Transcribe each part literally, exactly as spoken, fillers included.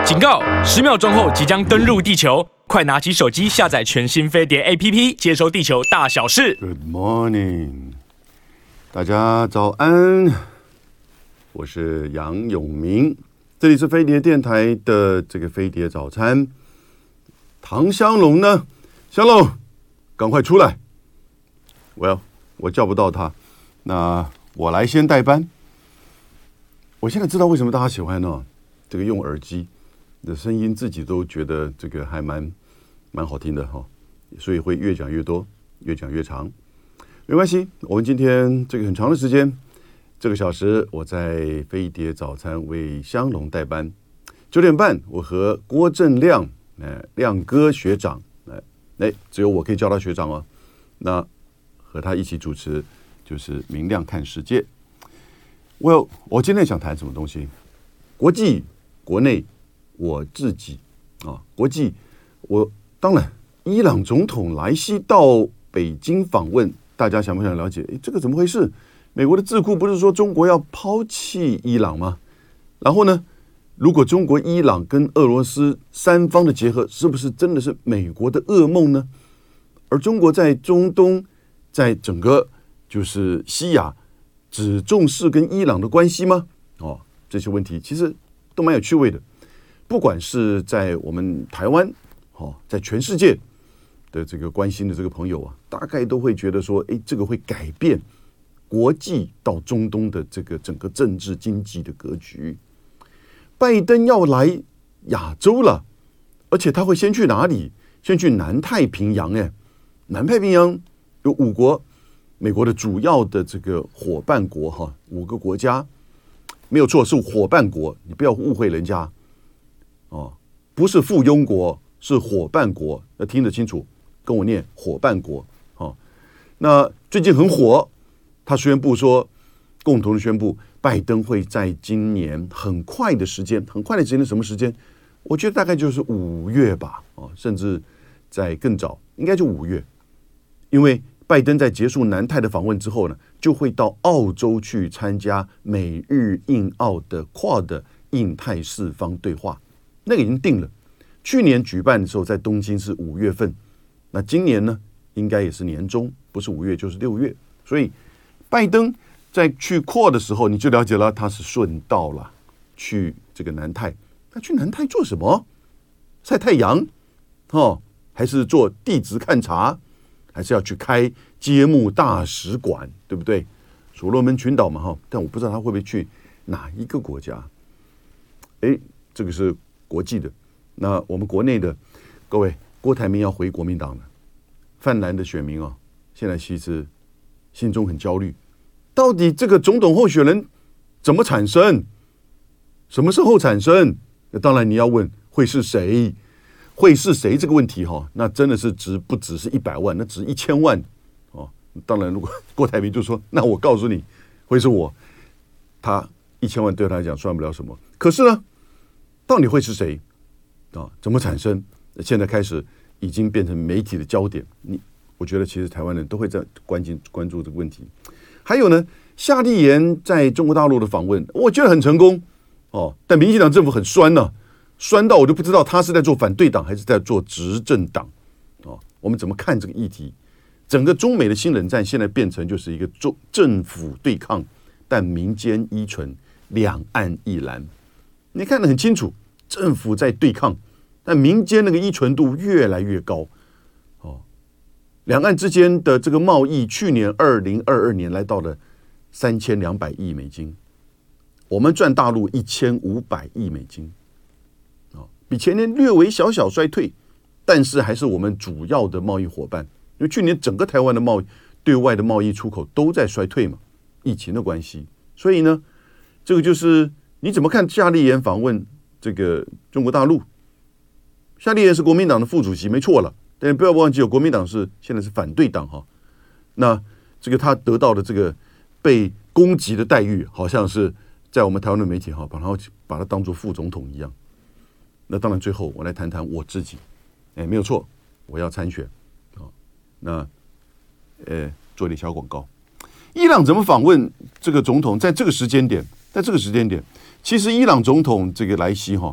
警告！十秒钟后即将登陆地球，快拿起手机下载全新飞碟 A P P， 接收地球大小事。 Good morning， 大家早安，我是杨永明，这里是飞碟电台的这个飞碟早餐。唐湘龙呢？湘龙，赶快出来！我要，我叫不到他，那我来先代班。我现在知道为什么大家喜欢呢？这个用耳机的声音，自己都觉得这个还蛮蛮好听的哈，所以会越讲越多，越讲越长。没关系，我们今天这个很长的时间，这个小时我在飞碟早餐为湘龙代班。九点半，我和郭正亮，呃，亮哥学长，哎、呃，只有我可以叫他学长哦。那和他一起主持就是明亮看世界。我我今天想谈什么东西？国际、国内，我自己啊，国际，我当然，伊朗总统莱西到北京访问，大家想不想了解？诶，这个怎么回事？美国的智库不是说中国要抛弃伊朗吗？然后呢，如果中国、伊朗跟俄罗斯三方的结合，是不是真的是美国的噩梦呢？而中国在中东，在整个就是西亚，只重视跟伊朗的关系吗？哦，这些问题其实都蛮有趣味的。不管是在我们台湾，哦，在全世界的这个关心的这个朋友啊，大概都会觉得说，哎，这个会改变国际到中东的这个整个政治经济的格局。拜登要来亚洲了，而且他会先去哪里？先去南太平洋。哎，南太平洋有五国，美国的主要的这个伙伴国哈，五个国家没有错，是伙伴国，你不要误会人家哦，不是附庸国，是伙伴国，要听得清楚，跟我念伙伴国哦。那最近很火，他宣布说，共同的宣布，拜登会在今年很快的时间，很快的时间是什么时间？我觉得大概就是五月吧，哦，甚至在更早，应该就五月，因为拜登在结束南太的访问之后呢，就会到澳洲去参加美日印澳的跨的印太四方对话，那个已经定了。去年举办的时候在东京是五月份，那今年呢应该也是年中，不是五月就是六月。所以拜登在去跨的时候，你就了解了，他是顺道了去这个南太。他去南太做什么？晒太阳，哦，还是做地质勘察？还是要去开揭幕大使馆，对不对？所罗门群岛嘛，哈，但我不知道他会不会去哪一个国家。哎，这个是国际的。那我们国内的各位，郭台铭要回国民党了，泛蓝的选民啊，现在其实心中很焦虑，到底这个总统候选人怎么产生？什么时候产生？那当然你要问会是谁？会是谁这个问题哈，那真的是值不只是一百万，那值一千万哦。当然，如果郭台铭就说，那我告诉你，会是我，他一千万对他来讲算不了什么。可是呢，到底会是谁啊？怎么产生？现在开始已经变成媒体的焦点。你，我觉得其实台湾人都会在关心关注这个问题。还有呢，夏立言在中国大陆的访问，我觉得很成功哦，但民进党政府很酸呢、啊。酸到我就不知道他是在做反对党还是在做执政党，哦，我们怎么看这个议题？整个中美的新冷战现在变成就是一个中政府对抗，但民间依存，两岸一蓝。你看得很清楚，政府在对抗，但民间那个依存度越来越高。哦，两岸之间的这个贸易，去年二零二二年来到了三千两百亿美金，我们赚大陆一千五百亿美金。比前年略微小小衰退，但是还是我们主要的贸易伙伴。因为去年整个台湾的贸易对外的贸易出口都在衰退嘛，疫情的关系。所以呢，这个就是你怎么看夏立言访问这个中国大陆？夏立言是国民党的副主席，没错了，但不要忘记，有国民党是现在是反对党哈。那这个他得到的这个被攻击的待遇，好像是在我们台湾的媒体哈，把他把他当作副总统一样。那当然，最后我来谈谈我自己，哎，没有错，我要参选啊。那呃，做一点小广告。伊朗怎么访问这个总统？在这个时间点，在这个时间点，其实伊朗总统这个莱西哈，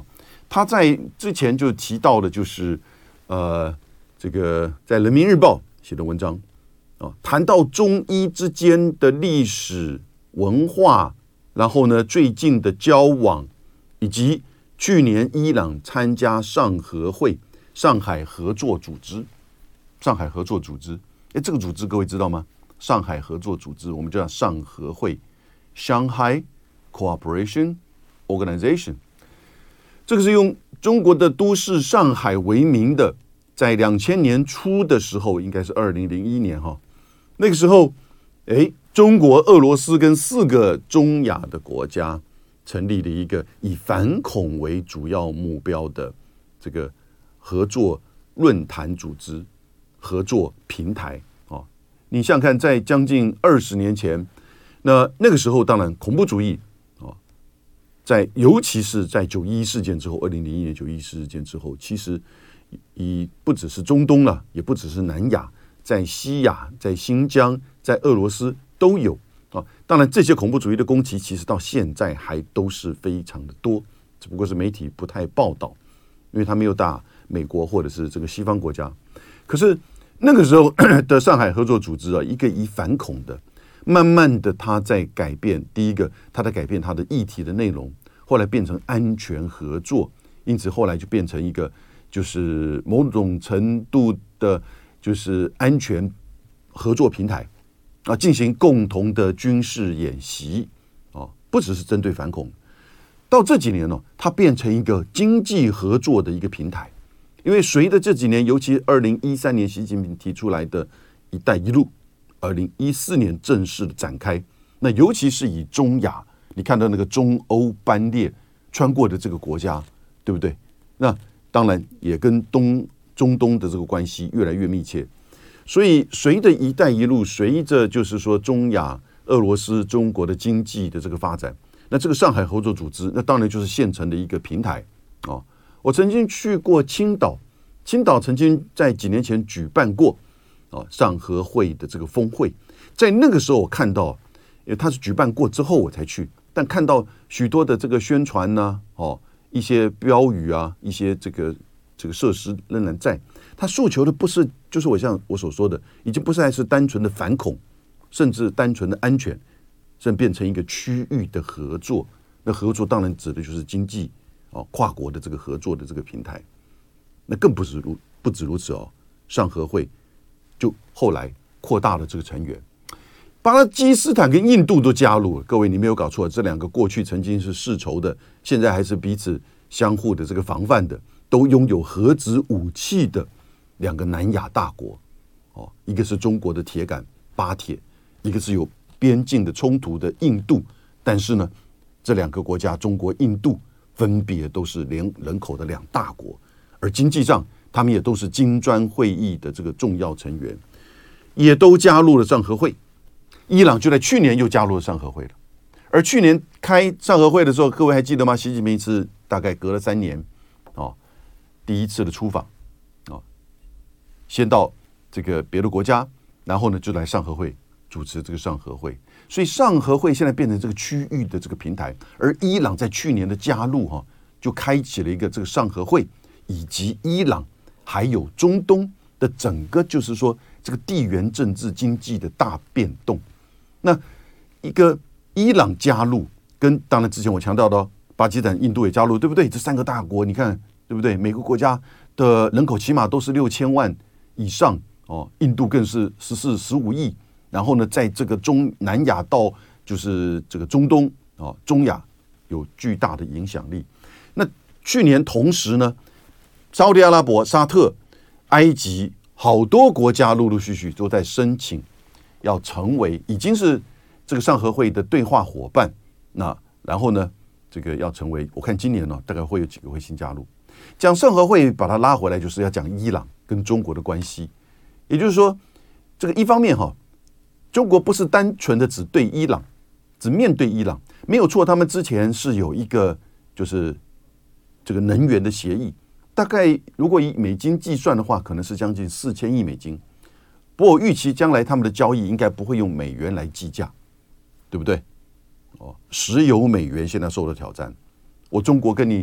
他在之前就提到的，就是呃，这个在人民日报写的文章啊，谈到中伊之间的历史文化，然后呢，最近的交往，以及去年伊朗参加上合会、上海合作组织、上海合作组织，哎，这个组织各位知道吗？上海合作组织，我们叫上合会 （Shanghai Cooperation Organization）。这个是用中国的都市上海为名的，在两千年初的时候，应该是二零零一年哈，那个时候，哎，中国、俄罗斯跟四个中亚的国家成立了一个以反恐为主要目标的这个合作论坛组织、合作平台啊。你想想看，在将近二十年前，那那个时候当然恐怖主义。在尤其是在九一一事件之后，二零零一年九一一事件之后，其实以不只是中东了，也不只是南亚，在西亚、在新疆、在俄罗斯都有啊。当然，这些恐怖主义的攻击，其实到现在还都是非常的多，只不过是媒体不太报道，因为他没有打美国或者是这个西方国家。可是那个时候的上海合作组织啊，一个以反恐的。慢慢的，他在改变。第一个，他在改变他的议题的内容，后来变成安全合作，因此后来就变成一个，就是某种程度的，就是安全合作平台啊，进行共同的军事演习啊，不只是针对反恐。到这几年呢、哦，它变成一个经济合作的一个平台，因为随着这几年，尤其二零一三年习近平提出来的“一带一路”。二零一四年正式的展开，那尤其是以中亚，你看到那个中欧班列穿过的这个国家，对不对？那当然也跟东中东的这个关系越来越密切。所以随着“一带一路”，随着就是说中亚、俄罗斯、中国的经济的这个发展，那这个上海合作组织，那当然就是现成的一个平台啊。我曾经去过青岛，青岛曾经在几年前举办过。上合会的这个峰会，在那个时候我看到，因为他是举办过之后我才去，但看到许多的这个宣传呢、啊，哦，一些标语啊，一些这个这个设施仍然在。他诉求的不是，就是我像我所说的，已经不再是单纯的反恐，甚至单纯的安全，甚至变成一个区域的合作。那合作当然指的就是经济哦，跨国的这个合作的这个平台。那更不是如不止如此哦，上合会。就后来扩大了这个成员，巴基斯坦跟印度都加入了。各位，你没有搞错，这两个过去曾经是世仇的，现在还是彼此相互的这个防范的，都拥有核子武器的两个南亚大国。哦，一个是中国的铁杆巴铁，一个是有边境的冲突的印度。但是呢，这两个国家，中国、印度，分别都是连人口的两大国，而经济上。他们也都是金砖会议的这个重要成员，也都加入了上合会。伊朗就在去年又加入了上合会了。而去年开上合会的时候，各位还记得吗？习近平是大概隔了三年，哦，第一次的出访，哦，先到这个别的国家，然后呢就来上合会主持这个上合会。所以上合会现在变成这个区域的这个平台，而伊朗在去年的加入，哈、哦，就开启了一个这个上合会以及伊朗。还有中东的整个就是说这个地缘政治经济的大变动，那一个伊朗加入，跟当然之前我强调到巴基斯坦、印度也加入，对不对？这三个大国，你看对不对？每个国家的人口起码都是六千万以上哦，印度更是十四、十五亿。然后呢，在这个中南亚到就是这个中东哦，中亚有巨大的影响力。那去年同时呢？沙特阿拉伯、沙特、埃及，好多国家陆陆续续都在申请，要成为已经是这个上合会的对话伙伴。那然后呢，这个要成为，我看今年呢、哦，大概会有几个会新加入。讲上合会把它拉回来，就是要讲伊朗跟中国的关系。也就是说，这个一方面哈、哦，中国不是单纯的只对伊朗，只面对伊朗，没有错。他们之前是有一个就是这个能源的协议。大概如果以美金计算的话，可能是将近四千亿美金。不过我预期将来他们的交易应该不会用美元来计价，对不对？哦，石油美元现在受到挑战，我中国跟你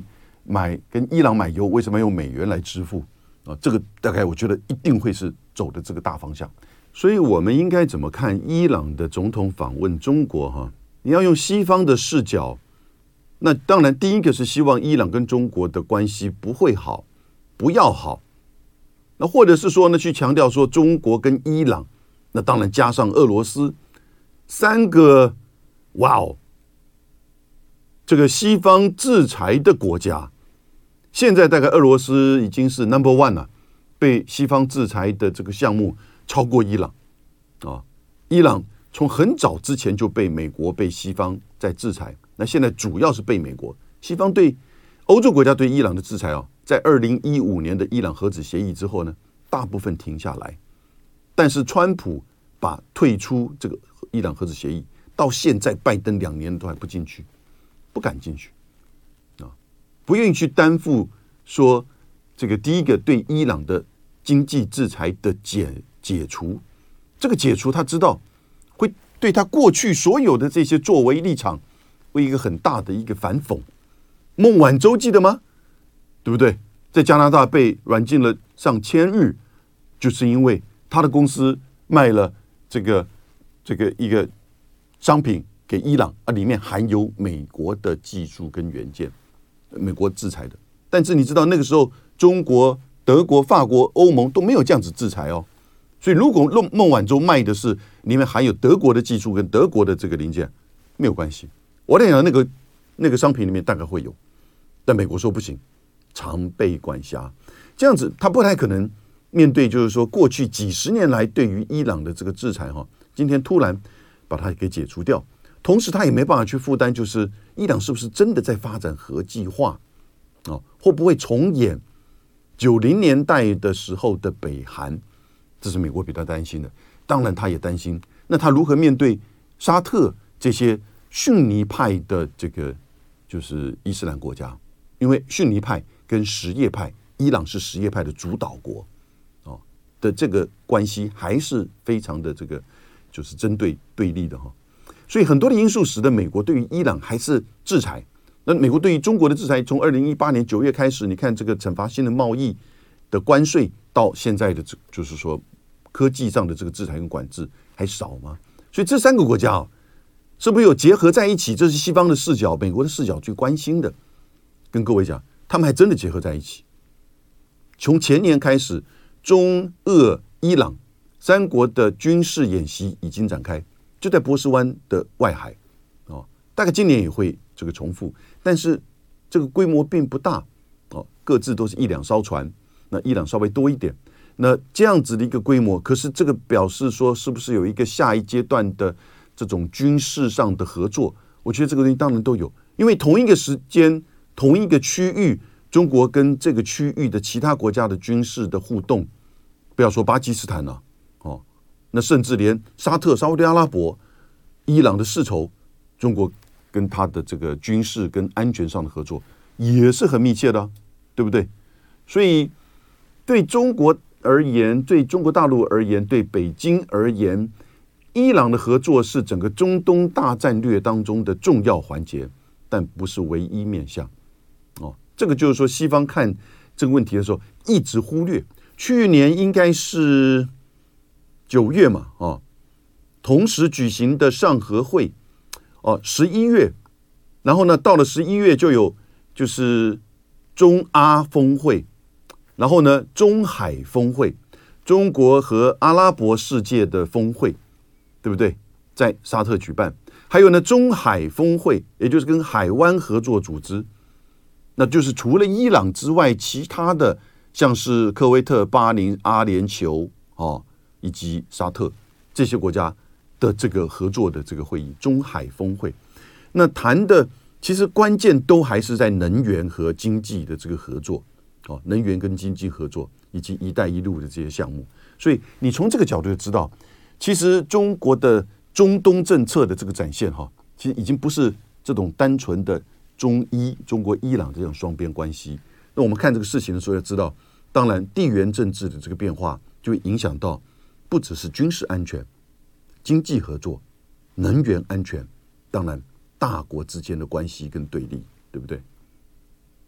买跟伊朗买油，为什么要用美元来支付啊？这个大概我觉得一定会是走的这个大方向。所以我们应该怎么看伊朗的总统访问中国哈？你要用西方的视角，那当然第一个是希望伊朗跟中国的关系不会好，不要好。那或者是说呢，去强调说中国跟伊朗，那当然加上俄罗斯三个，哇哦，这个西方制裁的国家，现在大概俄罗斯已经是 number one 了，被西方制裁的这个项目超过伊朗啊。伊朗从很早之前就被美国、被西方在制裁，那现在主要是被美国、西方对欧洲国家对伊朗的制裁啊，在二零一五年的伊朗核子协议之后呢，大部分停下来，但是川普把退出这个伊朗核子协议，到现在拜登两年都还不进去，不敢进去啊，不愿意去担负说这个第一个对伊朗的经济制裁的解解除，这个解除他知道会对他过去所有的这些作为立场为一个很大的一个反讽。孟晚舟记得吗？对不对？在加拿大被软禁了上千日，就是因为他的公司卖了这个这个一个商品给伊朗啊，里面含有美国的技术跟元件，美国制裁的。但是你知道那个时候中国、德国、法国、欧盟都没有这样子制裁哦。所以如果孟晚舟卖的是里面含有德国的技术跟德国的这个零件，没有关系。我在想那个那个商品里面大概会有，但美国说不行，常备管辖，这样子他不太可能面对就是说过去几十年来对于伊朗的这个制裁哈，今天突然把它给解除掉，同时他也没办法去负担，就是伊朗是不是真的在发展核计划啊？会不会重演九零年代的时候的北韩？这是美国比较担心的。当然他也担心，那他如何面对沙特这些逊尼派的这个就是伊斯兰国家？因为逊尼派跟什叶派，伊朗是什叶派的主导国哦的这个关系还是非常的这个就是针对对立的哈。所以很多的因素使得美国对于伊朗还是制裁。那美国对于中国的制裁，从二零一八年九月开始，你看这个惩罚性的贸易的关税，到现在的这就是说科技上的这个制裁跟管制还少吗？所以这三个国家啊，是不是有结合在一起？这是西方的视角，美国的视角最关心的。跟各位讲，他们还真的结合在一起。从前年开始，中俄伊朗三国的军事演习已经展开，就在波斯湾的外海哦，大概今年也会这个重复，但是这个规模并不大哦，各自都是一两艘船，那伊朗稍微多一点。那这样子的一个规模，可是这个表示说，是不是有一个下一阶段的这种军事上的合作？我觉得这个东西当然都有，因为同一个时间、同一个区域，中国跟这个区域的其他国家的军事的互动，不要说巴基斯坦了、啊、哦，那甚至连沙特、沙烏地阿拉伯、伊朗的世仇，中国跟他的这个军事跟安全上的合作也是很密切的、啊，对不对？所以对中国而言，对中国大陆而言，对北京而言，伊朗的合作是整个中东大战略当中的重要环节，但不是唯一面向。哦，这个就是说，西方看这个问题的时候一直忽略。去年应该是九月嘛，哦，同时举行的上合会，哦，十一月，然后呢，到了十一月就有就是中阿峰会。然后呢，中海峰会，中国和阿拉伯世界的峰会，对不对？在沙特举办。还有呢，中海峰会，也就是跟海湾合作组织，那就是除了伊朗之外，其他的像是科威特、巴林、阿联酋哦，以及沙特这些国家的这个合作的这个会议，中海峰会。那谈的其实关键都还是在能源和经济的这个合作。哦，能源跟经济合作以及一带一路的这些项目，所以你从这个角度就知道，其实中国的中东政策的这个展现哈，其实已经不是这种单纯的中伊中国伊朗这种双边关系。那我们看这个事情的时候要知道，当然地缘政治的这个变化就会影响到不只是军事安全、经济合作、能源安全，当然大国之间的关系跟对立，对不对？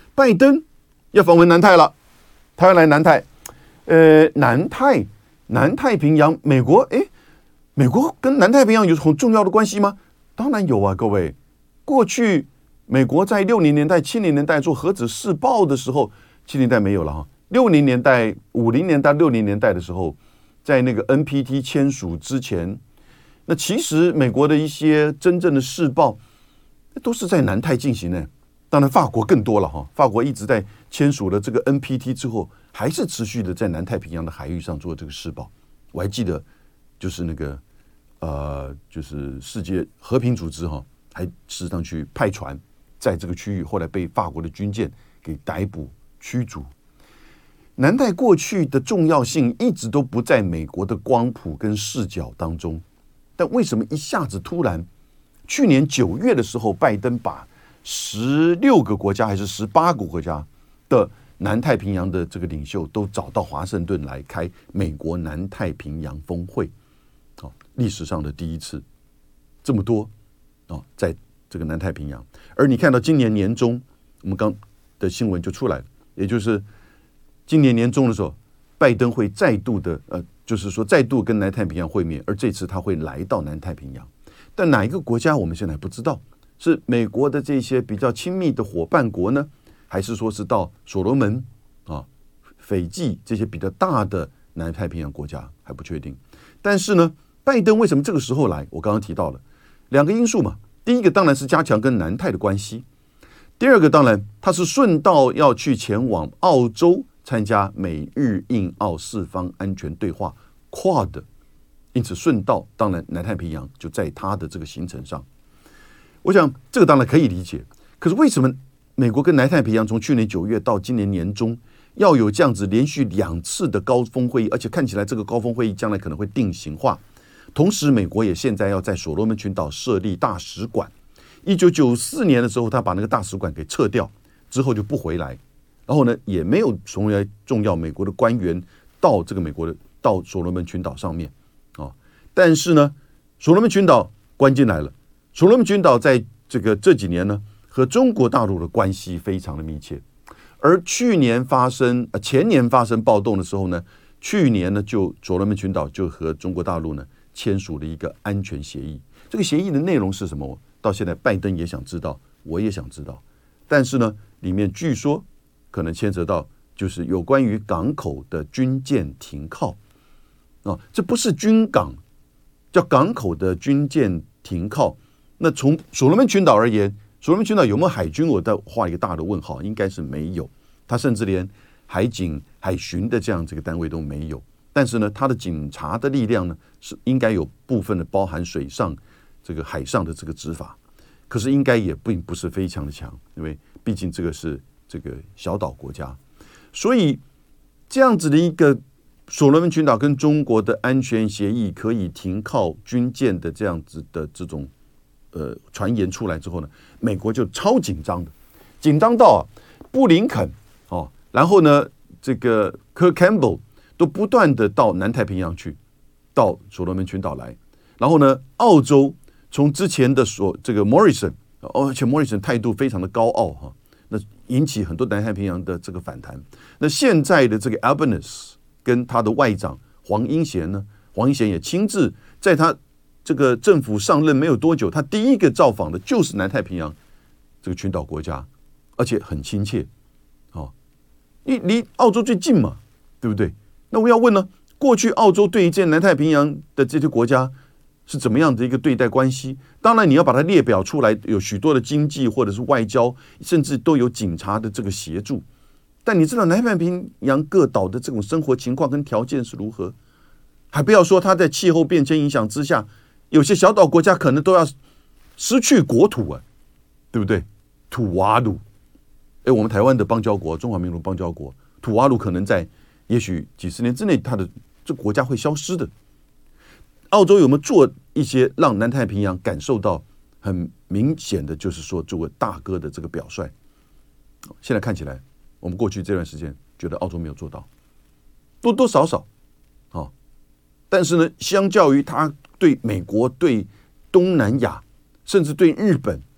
拜登要访问南太了，他要来南太，呃，南太南太平洋，美国，哎，美国跟南太平洋有很重要的关系吗？当然有啊，各位。过去美国在六零年代、七零年代做核子试爆的时候，七零年代没有了哈。六零年代、五零年代、六零年代的时候，在那个 N P T 签署之前，那其实美国的一些真正的试爆都是在南太进行的。当然，法国更多了哈。法国一直在签署了这个 N P T 之后，还是持续的在南太平洋的海域上做这个试爆。我还记得，就是那个呃，就是世界和平组织哈，还事实上去派船在这个区域，后来被法国的军舰给逮捕驱逐。南太过去的重要性一直都不在美国的光谱跟视角当中，但为什么一下子突然，去年九月的时候，拜登把十六个国家还是十八个国家的南太平洋的这个领袖都找到华盛顿来开美国南太平洋峰会，哦，历史上的第一次，这么多哦，在这个南太平洋。而你看到今年年中，我们刚的新闻就出来了，也就是今年年中的时候，拜登会再度的呃，就是说再度跟南太平洋会面，而这次他会来到南太平洋，但哪一个国家我们现在不知道。是美国的这些比较亲密的伙伴国呢，还是说是到所罗门啊、斐济这些比较大的南太平洋国家还不确定。但是呢，拜登为什么这个时候来？我刚刚提到了两个因素嘛。第一个当然是加强跟南太的关系，第二个当然他是顺道要去前往澳洲参加美日印澳四方安全对话 Quad， 因此顺道当然南太平洋就在他的这个行程上。我想这个当然可以理解，可是为什么美国跟南太平洋从去年九月到今年年中要有这样子连续两次的高峰会议，而且看起来这个高峰会议将来可能会定型化，同时美国也现在要在所罗门群岛设立大使馆。一九九四年的时候他把那个大使馆给撤掉之后就不回来，然后呢也没有从来重要美国的官员到这个美国的到所罗门群岛上面、哦、但是呢所罗门群岛关键来了，所罗门群岛在这个这几年呢，和中国大陆的关系非常的密切。而去年发生、呃、前年发生暴动的时候呢，去年呢就所罗门群岛就和中国大陆呢签署了一个安全协议。这个协议的内容是什么？到现在拜登也想知道，我也想知道。但是呢，里面据说可能牵扯到就是有关于港口的军舰停靠啊，这不是军港，叫港口的军舰停靠。那从所罗门群岛而言，所罗门群岛有没有海军？我再画一个大的问号，应该是没有。它甚至连海警、海巡的这样这个单位都没有。但是呢，它的警察的力量呢，是应该有部分的包含水上、这个海上的这个执法，可是应该也并不是非常的强，因为毕竟这个是这个小岛国家，所以这样子的一个所罗门群岛跟中国的安全协议可以停靠军舰的这样子的这种呃传言出来之后呢，美国就超紧张的，紧张到、啊、布林肯哦，然后呢这个 Kirk Campbell 都不断的到南太平洋去，到所罗门群岛来，然后呢澳洲从之前的所这个 Morrison， 而且 Morrison 态度非常的高傲哈，那引起很多南太平洋的这个反弹。那现在的这个 Albanese 跟他的外长黄英贤呢，黄英贤也亲自在他这个政府上任没有多久，他第一个造访的就是南太平洋这个群岛国家，而且很亲切，哦，离离澳洲最近嘛，对不对？那我要问呢，过去澳洲对于这南太平洋的这些国家是怎么样的一个对待关系？当然你要把它列表出来，有许多的经济或者是外交，甚至都有警察的这个协助。但你知道南太平洋各岛的这种生活情况跟条件是如何？还不要说它在气候变迁影响之下，有些小岛国家可能都要失去国土啊，对不对？土瓦鲁，哎，我们台湾的邦交国，中华民国邦交国，土瓦鲁可能在也许几十年之内，它的这国家会消失的。澳洲有没有做一些让南太平洋感受到很明显的，就是说作为大哥的这个表率？现在看起来，我们过去这段时间觉得澳洲没有做到，多多少少，哦，但是呢，相较于他对美国、对东南亚，甚至对日本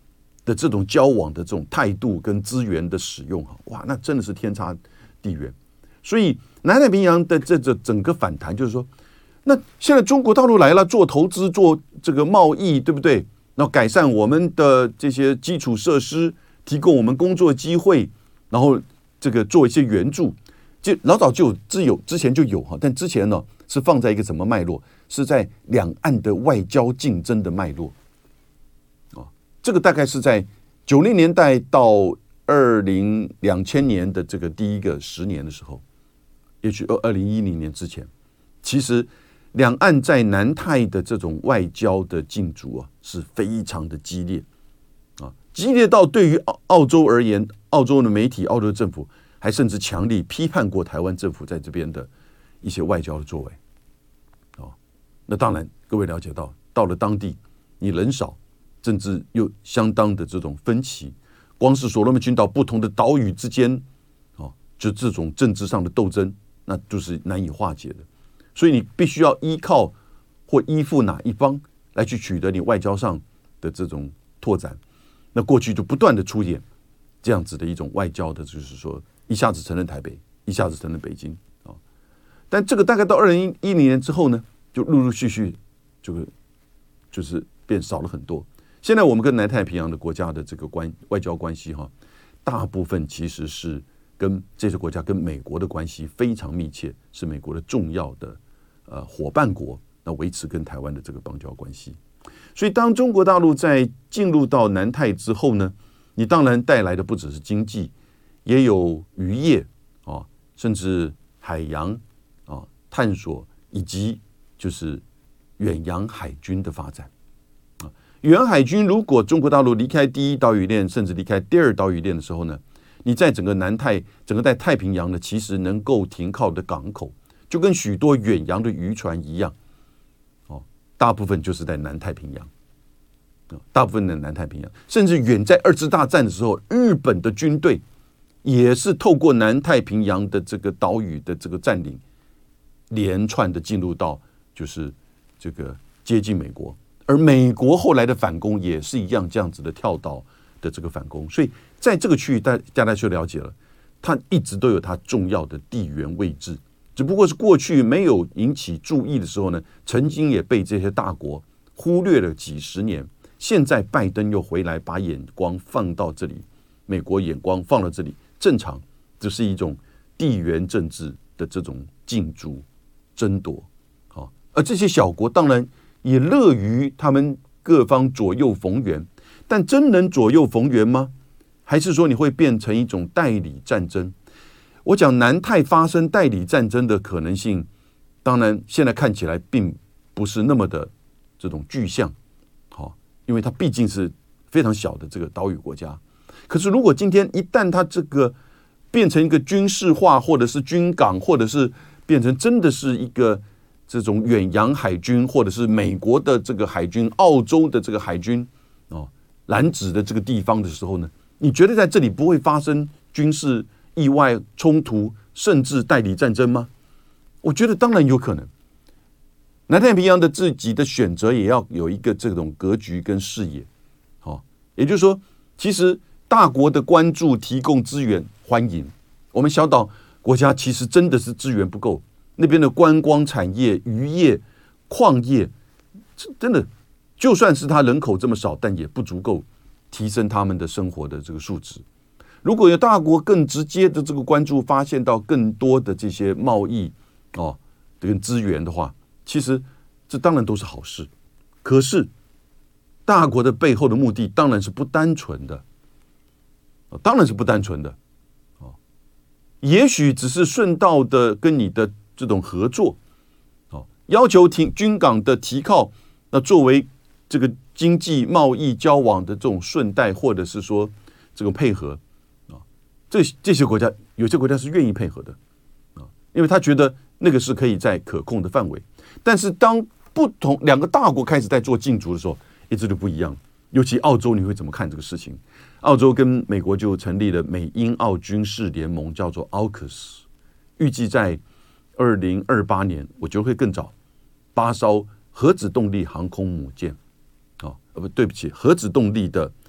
的这种交往的这种态度跟资源的使用，哇，那真的是天差地远。所以南太平洋的这这整个反弹，就是说，那现在中国大陆来了，做投资，做这个贸易，对不对？然后改善我们的这些基础设施，提供我们工作机会，然后这个做一些援助，就老早就有自有之前就有哈，但之前呢是放在一个什么脉络？是在两岸的外交竞争的脉络。这个大概是在九零年代到二零两千年的这个第一个十年的时候，也许二零一零年之前，其实两岸在南太的这种外交的竞逐啊，是非常的激烈啊，激烈到对于澳澳洲而言，澳洲的媒体、澳洲政府还甚至强力批判过台湾政府在这边的一些外交的作为。哦，那当然，各位了解到，到了当地，你人少。政治又相当的这种分歧，光是所罗门群岛不同的岛屿之间，哦，就这种政治上的斗争，那就是难以化解的。所以你必须要依靠或依附哪一方来去取得你外交上的这种拓展。那过去就不断的出现这样子的一种外交的，就是说一下子承认台北，一下子承认北京啊、哦。但这个大概到二零一零年之后呢，就陆陆续续这个就是变少了很多。现在我们跟南太平洋的国家的这个关外交关系哈，大部分其实是跟这些国家跟美国的关系非常密切，是美国的重要的呃伙伴国，那维持跟台湾的这个邦交关系。所以当中国大陆在进入到南太之后呢，你当然带来的不只是经济，也有渔业啊，甚至海洋啊探索，以及就是远洋海军的发展。远洋海军，如果中国大陆离开第一岛屿链，甚至离开第二岛屿链的时候呢，你在整个南太、整个在太平洋呢，其实能够停靠的港口，就跟许多远洋的渔船一样，哦，大部分就是在南太平洋，大部分的南太平洋，甚至远在二次大战的时候，日本的军队也是透过南太平洋的这个岛屿的这个占领，连串的进入到就是这个接近美国。而美国后来的反攻也是一样，这样子的跳岛的这个反攻，所以在这个区域，大家就了解了，它一直都有它重要的地缘位置，只不过是过去没有引起注意的时候呢，曾经也被这些大国忽略了几十年。现在拜登又回来，把眼光放到这里，美国眼光放到这里，正常，这是一种地缘政治的这种竞逐争夺。好，而这些小国当然也乐于他们各方左右逢源，但真能左右逢源吗？还是说你会变成一种代理战争？我讲南太发生代理战争的可能性，当然现在看起来并不是那么的这种具象，好，因为它毕竟是非常小的这个岛屿国家。可是如果今天一旦它这个变成一个军事化，或者是军港，或者是变成真的是一个这种远洋海军，或者是美国的这个海军、澳洲的这个海军哦，染指的这个地方的时候呢，你觉得在这里不会发生军事意外冲突，甚至代理战争吗？我觉得当然有可能。南太平洋的自己的选择也要有一个这种格局跟视野，好、哦，也就是说，其实大国的关注、提供资源欢迎，我们小岛国家其实真的是资源不够。那边的观光产业、渔业、矿业，真的就算是它人口这么少，但也不足够提升他们的生活的这个素质。如果有大国更直接的这个关注，发现到更多的这些贸易哦跟资源的话，其实这当然都是好事。可是大国的背后的目的当然是不单纯的，当然是不单纯的哦，也许只是顺道的跟你的这种合作，哦，要求停军港的提靠，那作为这个经济贸易交往的这种顺带，或者是说这种配合啊，这这些国家有些国家是愿意配合的啊，因为他觉得那个是可以在可控的范围。但是当不同两个大国开始在做竞逐的时候，一直就不一样。尤其澳洲，你会怎么看这个事情？澳洲跟美国就成立了美英澳军事联盟，叫做 A U K U S， 预计在二零二八年，我觉得会更早，八艘核子动力航空母舰，哦，不对不起，核子动力的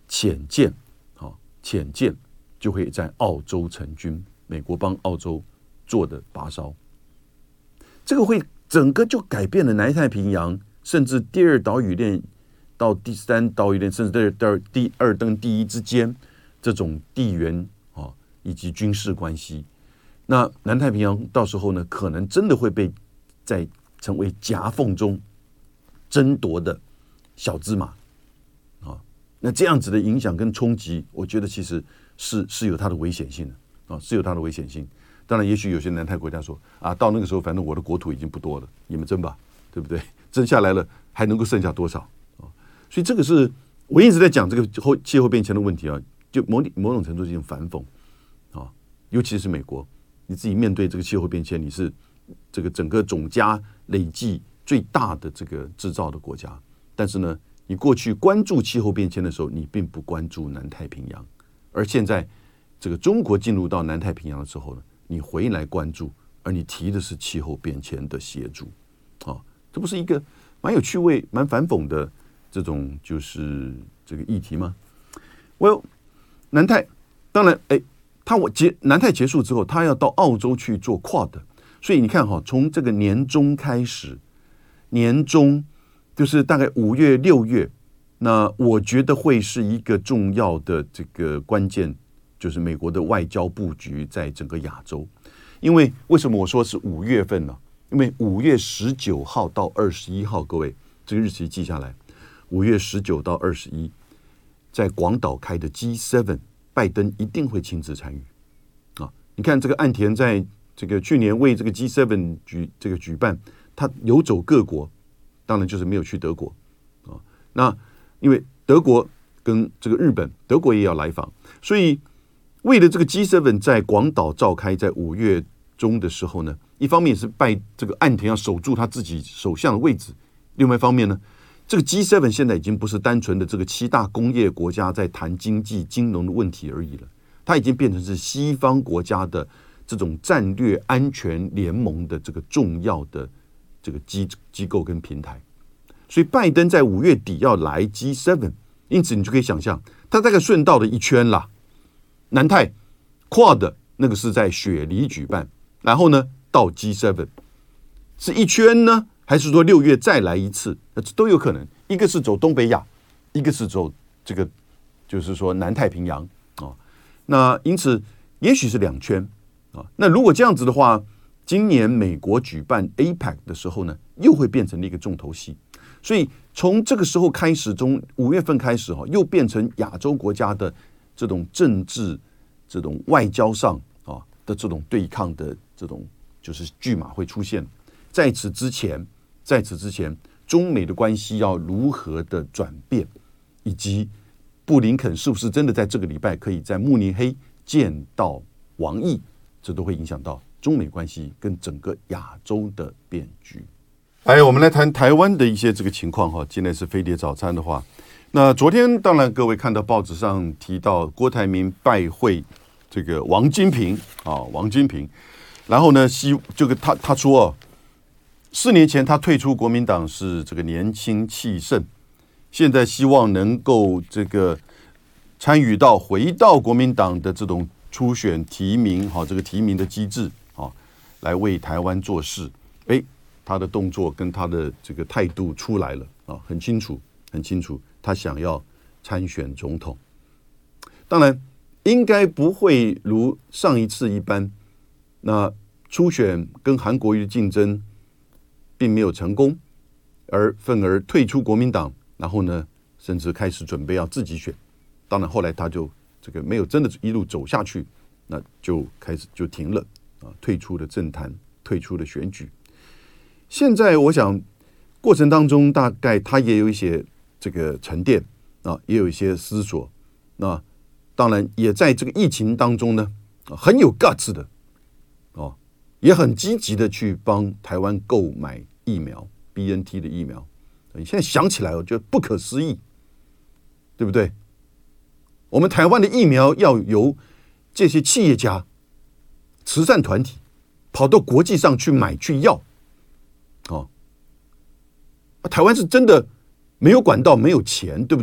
潜舰，好、哦，潜舰就会在澳洲成军，美国帮澳洲做的拔烧，这个会整个就改变了南太平洋，甚至第二岛屿链到第三岛屿链，甚至到第二跟第一之间这种地缘啊、哦、以及军事关系。那南太平洋到时候呢，可能真的会被在成为夹缝中争夺的小芝麻啊、哦。那这样子的影响跟冲击，我觉得其实是是有它的危险性的啊、哦，是有它的危险性。当然，也许有些南太国家说啊，到那个时候，反正我的国土已经不多了，你们争吧，对不对？争下来了，还能够剩下多少啊？所以这个是我一直在讲这个后气候变迁的问题啊，就某某种程度是一种反讽啊，尤其是美国，你自己面对这个气候变迁，你是这个整个总加累计最大的这个制造的国家，但是呢，你过去关注气候变迁的时候，你并不关注南太平洋，而现在这个中国进入到南太平洋的时候呢，你回来关注，而你提的是气候变迁的协助，啊，这不是一个蛮有趣味、蛮反讽的这种就是这个议题吗 ？Well， 南太当然，哎，他我结南太结束之后，他要到澳洲去做 Quad， 所以你看哈，从这个年中开始，年中就是大概五月、六月，那我觉得会是一个重要的这个关键。就是美国的外交布局在整个亚洲，因为为什么我说是五月份呢？因为五月十九号到二十一号，各位这个日期记下来，五月十九到二十一，在广岛开的 G 七， 拜登一定会亲自参与啊！你看这个岸田在这个去年为这个 G 七 举这个举办，他游走各国，当然就是没有去德国啊。那因为德国跟这个日本，德国也要来访，所以。为了这个 G 七 在广岛召开，在五月中的时候呢，一方面是拜这个岸田要守住他自己首相的位置，另外一方面呢，这个 G 七 现在已经不是单纯的这个七大工业国家在谈经济、金融的问题而已了，它已经变成是西方国家的这种战略安全联盟的这个重要的这个机机构跟平台。所以拜登在五月底要来 G 七， 因此你就可以想象，他大概顺道的一圈啦。南太 Quad 那个是在雪梨举办，然后呢到 G 七 是一圈呢，还是说六月再来一次？这都有可能。一个是走东北亚，一个是走这个就是说南太平洋啊、哦。那因此也许是两圈啊、哦。那如果这样子的话，今年美国举办 A P E C 的时候呢，又会变成了一个重头戏。所以从这个时候开始，从五月份开始哈，又变成亚洲国家的。这种政治、这种外交上啊的这种对抗的这种就是剧码会出现。在此之前，在此之前，中美的关系要如何的转变，以及布林肯是不是真的在这个礼拜可以在慕尼黑见到王毅，这都会影响到中美关系跟整个亚洲的变局。哎，我们来谈台湾的一些这个情况哈。今天是飞碟早餐的话。那昨天当然各位看到报纸上提到郭台铭拜会这个王金平啊，王金平，然后呢，希这个他他说哦，四年前他退出国民党是这个年轻气盛，现在希望能够这个参与到回到国民党的这种初选提名好这个提名的机制啊，来为台湾做事。哎，他的动作跟他的这个态度出来了啊，很清楚，很清楚。他想要参选总统，当然应该不会如上一次一般，那初选跟韩国瑜的竞争并没有成功，而愤而退出国民党，然后呢，甚至开始准备要自己选。当然后来他就这个没有真的一路走下去，那就开始就停了啊，退出了政坛，退出了选举。现在我想过程当中，大概他也有一些。这个沉淀啊，也有一些思索。那当然也在这个疫情当中呢，很有 guts 的哦，也很积极的去帮台湾购买疫苗 B N T 的疫苗。你现在想起来，我觉得不可思议，对不对？我们台湾的疫苗要由这些企业家、慈善团体跑到国际上去买去要，哦，台湾是真的。没有管道，没有钱，对不对？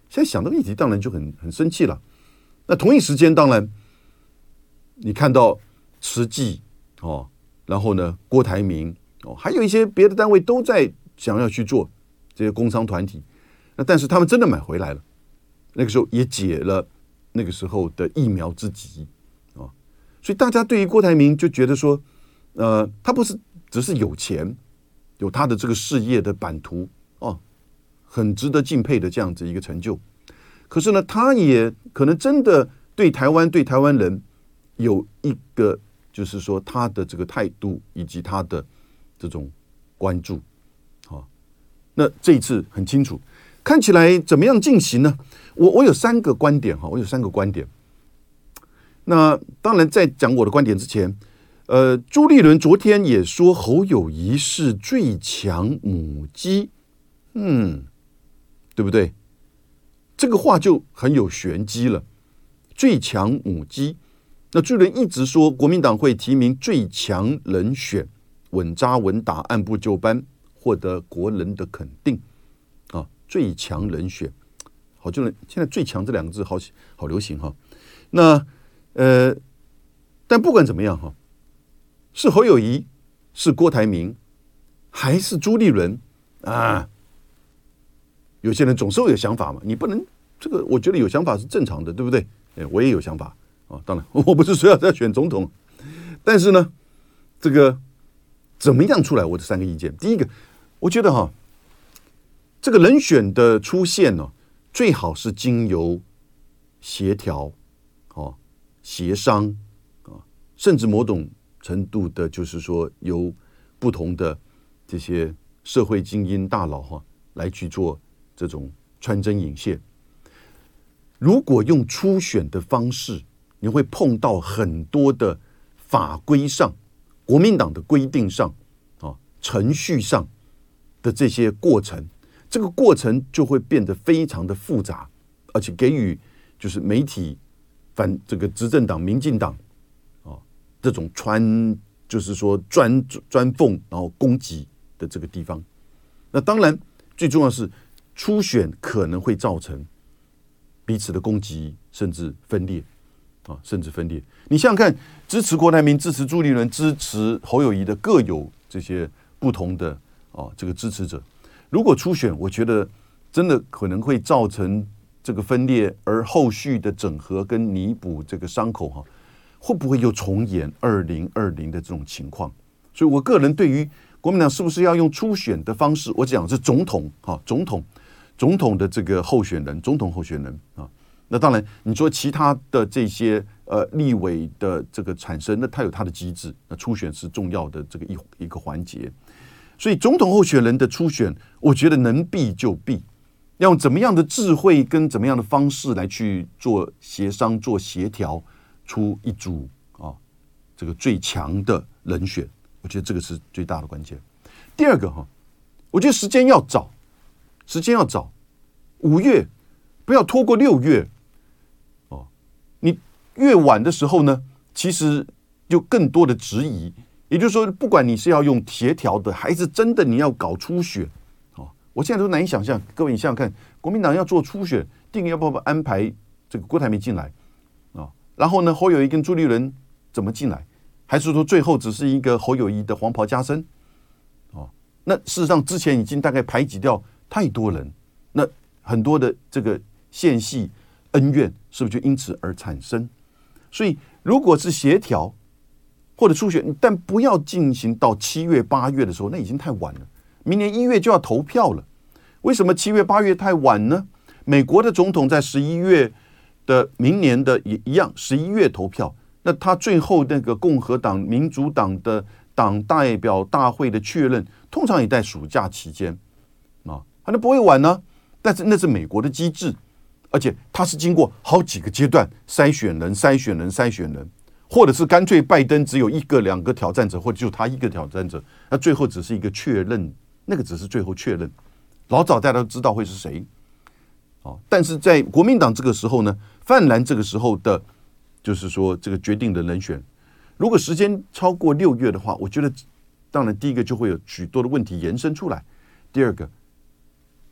现在想这个议题，当然就很很生气了。那同一时间，当然你看到慈济哦，然后呢，郭台铭哦，还有一些别的单位都在想要去做这些工商团体，那但是他们真的买回来了，那个时候也解了那个时候的疫苗之急啊、哦，所以大家对于郭台铭就觉得说，呃，他不是只是有钱，有他的这个事业的版图哦。很值得敬佩的这样子一个成就，可是呢，他也可能真的对台湾、对台湾人有一个，就是说他的这个态度以及他的这种关注。好，那这一次很清楚，看起来怎么样进行呢？我我有三个观点哈，我有三个观点。那当然，在讲我的观点之前，呃，朱立伦昨天也说侯友宜是最强母鸡，嗯。对不对？这个话就很有玄机了。最强母鸡，那朱立伦一直说国民党会提名最强人选，稳扎稳打，按部就班，获得国人的肯定啊！最强人选，好，就现在最强这两个字好好流行哈。那呃，但不管怎么样哈，是侯友宜，是郭台铭，还是朱立伦啊？有些人总是会有想法嘛，你不能这个，我觉得有想法是正常的，对不对？哎，我也有想法啊。当然，我不是说要再选总统，但是呢，这个怎么样出来？我的三个意见，第一个，我觉得哈，这个人选的出现呢、哦，最好是经由协调、哦协商啊，甚至某种程度的，就是说由不同的这些社会精英大佬哈来去做。这种穿针引线，如果用初选的方式，你会碰到很多的法规上、国民党的规定上、啊程序上的这些过程，这个过程就会变得非常的复杂，而且给予就是媒体反这个执政党、民进党啊这种穿就是说钻钻缝然后攻击的这个地方。那当然，最重要的是。初选可能会造成彼此的攻击，甚至分裂啊，甚至分裂。你想想看，支持郭台铭、支持朱立伦、支持侯友宜的各有这些不同的啊这个支持者。如果初选，我觉得真的可能会造成这个分裂，而后续的整合跟弥补这个伤口哈、啊，会不会又重演二零二零的这种情况？所以我个人对于国民党是不是要用初选的方式，我讲是总统啊，总统。总统的这个候选人，总统候选人啊，那当然你说其他的这些呃立委的这个产生，那它有它的机制，那初选是重要的这个一一个环节，所以总统候选人的初选，我觉得能避就避，要用怎么样的智慧跟怎么样的方式来去做协商、做协调，出一组啊这个最强的人选，我觉得这个是最大的关键。第二个哈，我觉得时间要早。时间要早，五月不要拖过六月哦。你越晚的时候呢，其实就更多的质疑。也就是说，不管你是要用协调的，还是真的你要搞初选哦，我现在都难以想象。各位，你想想看，国民党要做初选，定要不要安排这个郭台铭进来啊、哦？然后呢，侯友宜跟朱立伦怎么进来？还是说最后只是一个侯友宜的黄袍加身？哦，那事实上之前已经大概排挤掉。太多人，那很多的这个线系恩怨是不是就因此而产生？所以，如果是协调或者初选，但不要进行到七月、八月的时候，那已经太晚了。明年一月就要投票了，为什么七月、八月太晚呢？美国的总统在十一月的明年的也一样，十一月投票，那他最后那个共和党、民主党的党代表大会的确认，通常也在暑假期间。那不会晚呢，但是那是美国的机制，而且它是经过好几个阶段筛选人、筛选人、筛选人，或者是干脆拜登只有一个、两个挑战者，或者就他一个挑战者，那最后只是一个确认，那个只是最后确认，老早大家都知道会是谁，哦，但是在国民党这个时候呢，泛蓝这个时候的，就是说这个决定的人选，如果时间超过六月的话，我觉得当然第一个就会有许多的问题延伸出来，第二个。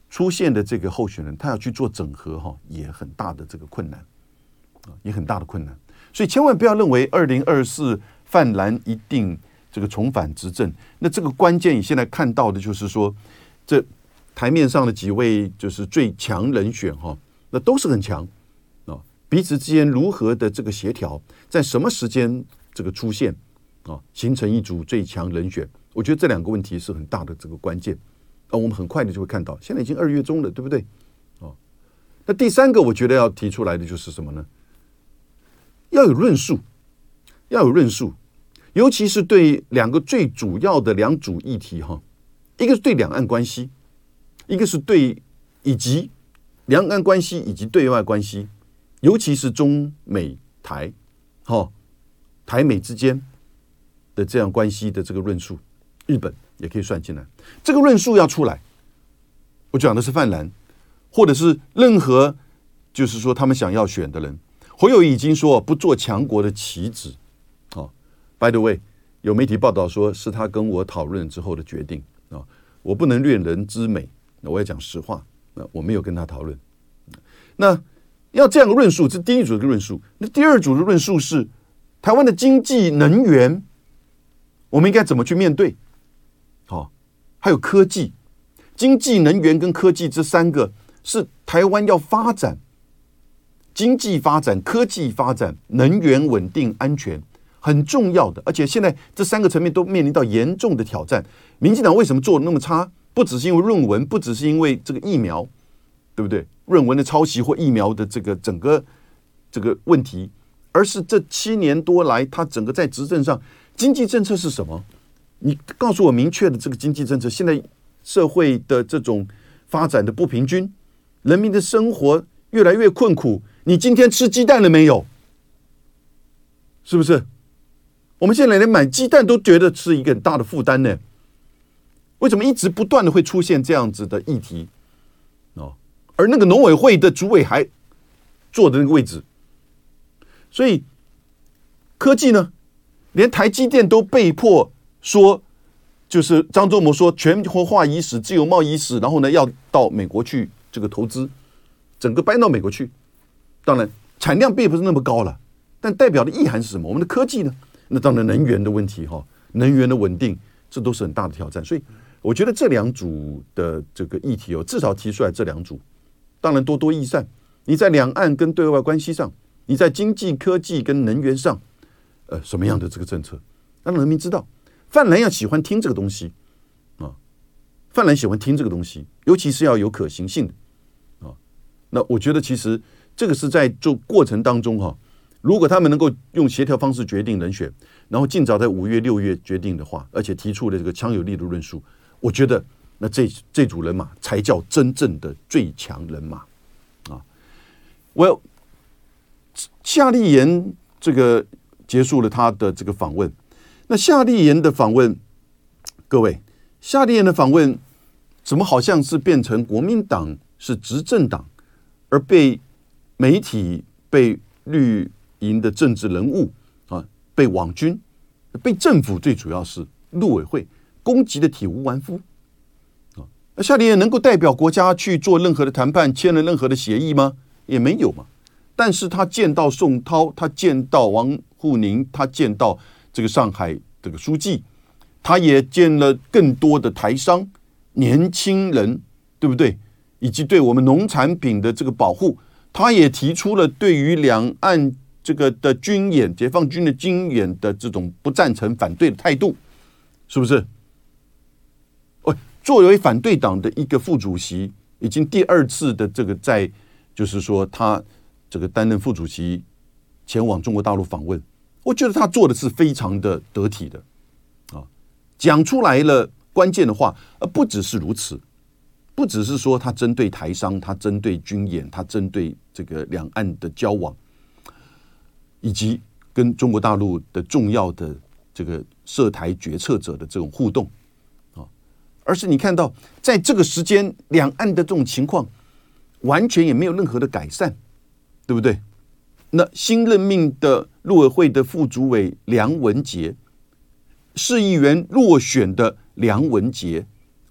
出现的这个候选人，他要去做整合哈，也很大的这个困难啊，也很大的困难。所以千万不要认为二零二四泛蓝一定这个重返执政。那这个关键，你现在看到的就是说，这台面上的几位就是最强人选哈，那都是很强啊，彼此之间如何的这个协调，在什么时间这个出现啊，形成一组最强人选，我觉得这两个问题是很大的这个关键。啊，我们很快的就会看到，现在已经二月中了，对不对？哦，那第三个我觉得要提出来的就是什么呢？要有论述，要有论述，尤其是对两个最主要的两组议题哈，一个是对两岸关系，一个是对以及两岸关系以及对外关系，尤其是中美台，哈，台美之间的这样关系的这个论述，日本也可以算进来。这个论述要出来，我讲的是泛蓝，或者是任何就是说他们想要选的人。侯友宜已经说不做强国的棋子。哦 ，by the way， 有媒体报道说是他跟我讨论之后的决定啊、哦，我不能恋人之美，那我要讲实话，那我没有跟他讨论。那要这样的论述，这第一组的论述。那第二组的论述是台湾的经济能源，我们应该怎么去面对？好、哦，还有科技、经济、能源跟科技这三个是台湾要发展。经济发展、科技发展、能源稳定、安全很重要的，而且现在这三个层面都面临到严重的挑战。民进党为什么做得那么差？不只是因为论文，不只是因为这个疫苗，对不对？论文的抄袭或疫苗的这个整个这个问题，而是这七年多来，他整个在执政上经济政策是什么？你告诉我明确的这个经济政策。现在社会的这种发展的不平均，人民的生活越来越困苦。你今天吃鸡蛋了没有？是不是？我们现在连买鸡蛋都觉得是一个很大的负担呢。为什么一直不断的会出现这样子的议题？哦，而那个农委会的主委还坐的那个位置，所以科技呢，连台积电都被迫说，就是张忠谋说全球化伊始、自由贸易史，然后呢要到美国去这个投资，整个搬到美国去。当然，产量并不是那么高了，但代表的意涵是什么？我们的科技呢？那当然，能源的问题哈，能源的稳定，这都是很大的挑战。所以，我觉得这两组的这个议题哦，至少提出来这两组，当然多多益善。你在两岸跟对外关系上，你在经济、科技跟能源上，呃，什么样的这个政策，让人民知道，泛蓝要喜欢听这个东西啊，泛蓝喜欢听这个东西，尤其是要有可行性的啊。那我觉得其实。这个是在做过程当中哈，如果他们能够用协调方式决定人选，然后尽早在五月、六月决定的话，而且提出了这个强有力的论述，我觉得那这这组人马才叫真正的最强人马啊！我夏立言这个结束了他的这个访问，那夏立言的访问，各位，夏立言的访问怎么好像是变成国民党是执政党，而被媒体、被绿营的政治人物啊，被网军、被政府，最主要是陆委会攻击的体无完肤啊！那夏立言能够代表国家去做任何的谈判，签了任何的协议吗？也没有嘛。但是他见到宋涛，他见到王沪宁，他见到这个上海这个书记，他也见了更多的台商、年轻人，对不对？以及对我们农产品的这个保护。他也提出了对于两岸这个的军演、解放军的军演的这种不赞成、反对的态度，是不是？哦，作为反对党的一个副主席，已经第二次的这个在，就是说他这个担任副主席前往中国大陆访问，我觉得他做的是非常的得体的啊，讲出来了关键的话，而不只是如此。不只是说他针对台商，他针对军演，他针对这个两岸的交往，以及跟中国大陆的重要的这个涉台决策者的这种互动啊，而是你看到在这个时间，两岸的这种情况完全也没有任何的改善，对不对？那新任命的陆委会的副主委梁文杰，市议员落选的梁文杰。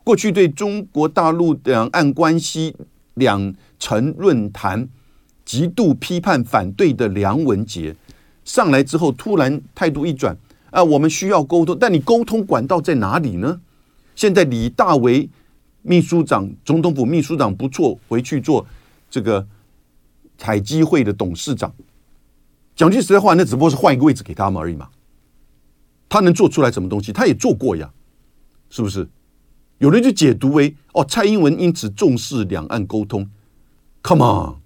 过去对中国大陆两岸关系两城论坛极度批判反对的梁文杰上来之后，突然态度一转啊，我们需要沟通，但你沟通管道在哪里呢？现在李大为秘书长，总统府秘书长不错，回去做这个海基会的董事长。讲句实在话，那只不过是换一个位置给他们而已嘛。他能做出来什么东西？他也做过呀，是不是？有人就解读为哦，蔡英文因此重视两岸沟通。Come on，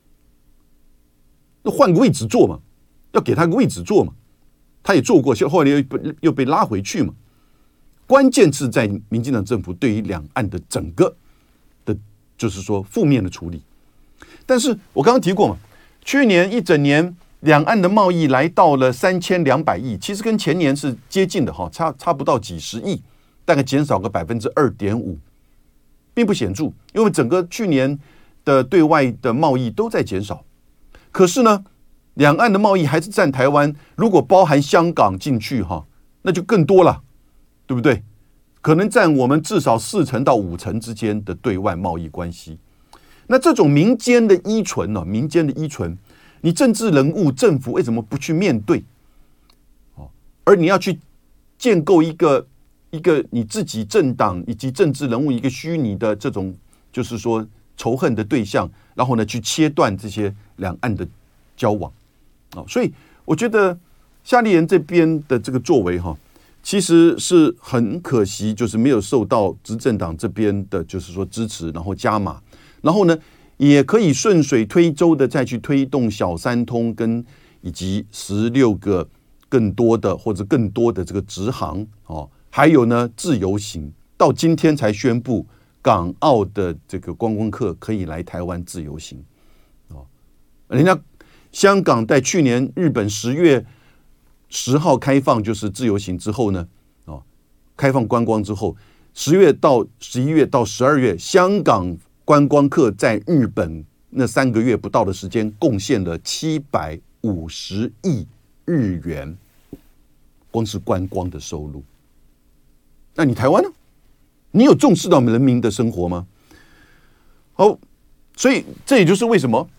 那换个位置做嘛，要给他个位置做嘛。他也做过，后来又又被拉回去嘛。关键是在民进党政府对于两岸的整个的，就是说负面的处理。但是我刚刚提过嘛，去年一整年两岸的贸易来到了三千两百亿，其实跟前年是接近的哈，差差不到几十亿，大概减少个百分之二点五，并不显著，因为整个去年的对外的贸易都在减少。可是呢，两岸的贸易还是占台湾，如果包含香港进去哈，那就更多了。对不对？可能占我们至少四成到五成之间的对外贸易关系。那这种民间的依存呢、啊？民间的依存，你政治人物、政府为什么不去面对？哦，而你要去建构一个一个你自己政党以及政治人物一个虚拟的这种，就是说仇恨的对象，然后呢去切断这些两岸的交往。哦，所以我觉得夏立言这边的这个作为哈。其实是很可惜，就是没有受到执政党这边的，就是说支持，然后加码，然后呢，也可以顺水推舟的再去推动小三通跟以及十六个更多的或者更多的这个直航哦，还有呢自由行，到今天才宣布港澳的这个观光客可以来台湾自由行哦，人家香港在去年日本十月。十号开放就是自由行之后呢，哦，开放观光之后，十月到十一月到十二月，香港观光客在日本那三个月不到的时间，贡献了七百五十亿日元，光是观光的收入。那你台湾呢？你有重视到人民的生活吗？好，所以这也就是为什么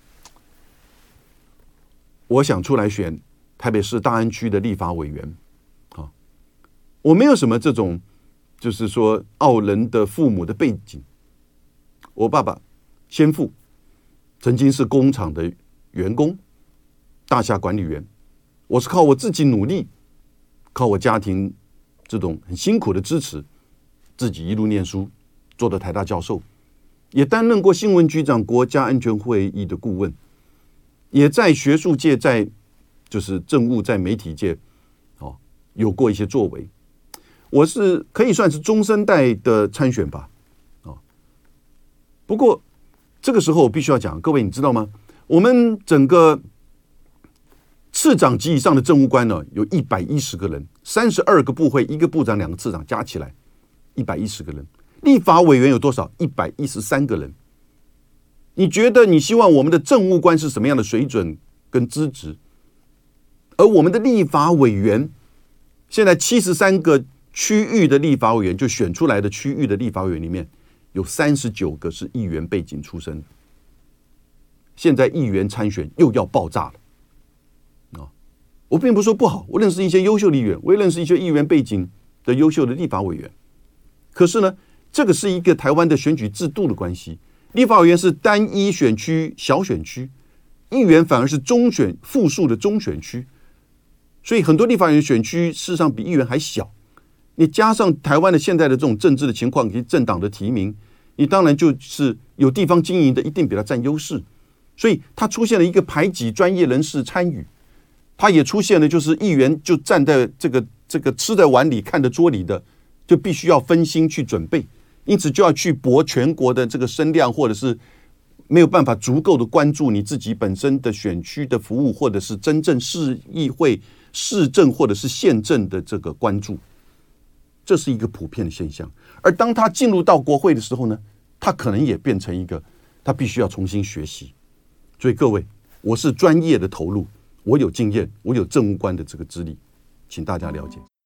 我想出来选。台北市大安区的立法委员，啊，我没有什么这种，就是说傲人的父母的背景。我爸爸先父曾经是工厂的员工，大厦管理员。我是靠我自己努力，靠我家庭这种很辛苦的支持，自己一路念书，做到台大教授，也担任过新闻局长、国家安全会议的顾问，也在学术界在。就是政务在媒体界，哦，有过一些作为。我是可以算是中生代的参选吧，哦。不过这个时候我必须要讲，各位你知道吗？我们整个次长级以上的政务官呢，有一百一十个人，三十二个部会，一个部长，两个次长，加起来一百一十个人。立法委员有多少？一百一十三个人。你觉得你希望我们的政务官是什么样的水准跟资质？而我们的立法委员，现在七十三个区域的立法委员就选出来的区域的立法委员里面，有三十九个是议员背景出身。现在议员参选又要爆炸了啊！我并不是说不好，我认识一些优秀的议员，我也认识一些议员背景的优秀的立法委员。可是呢，这个是一个台湾的选举制度的关系，立法委员是单一选区小选区，议员反而是中选复数的中选区。所以很多立法委员选区事实上比议员还小，你加上台湾的现在的这种政治的情况以及政党的提名，你当然就是有地方经营的一定比他占优势，所以它出现了一个排挤专业人士参与，它也出现了就是议员就站在这个这个吃在碗里看着桌里的，就必须要分心去准备，因此就要去博全国的这个声量，或者是没有办法足够的关注你自己本身的选区的服务，或者是真正市议会、市政或者是县政的这个关注，这是一个普遍的现象。而当他进入到国会的时候呢，他可能也变成一个他必须要重新学习。所以各位，我是专业的投入，我有经验，我有政务官的这个资历，请大家了解。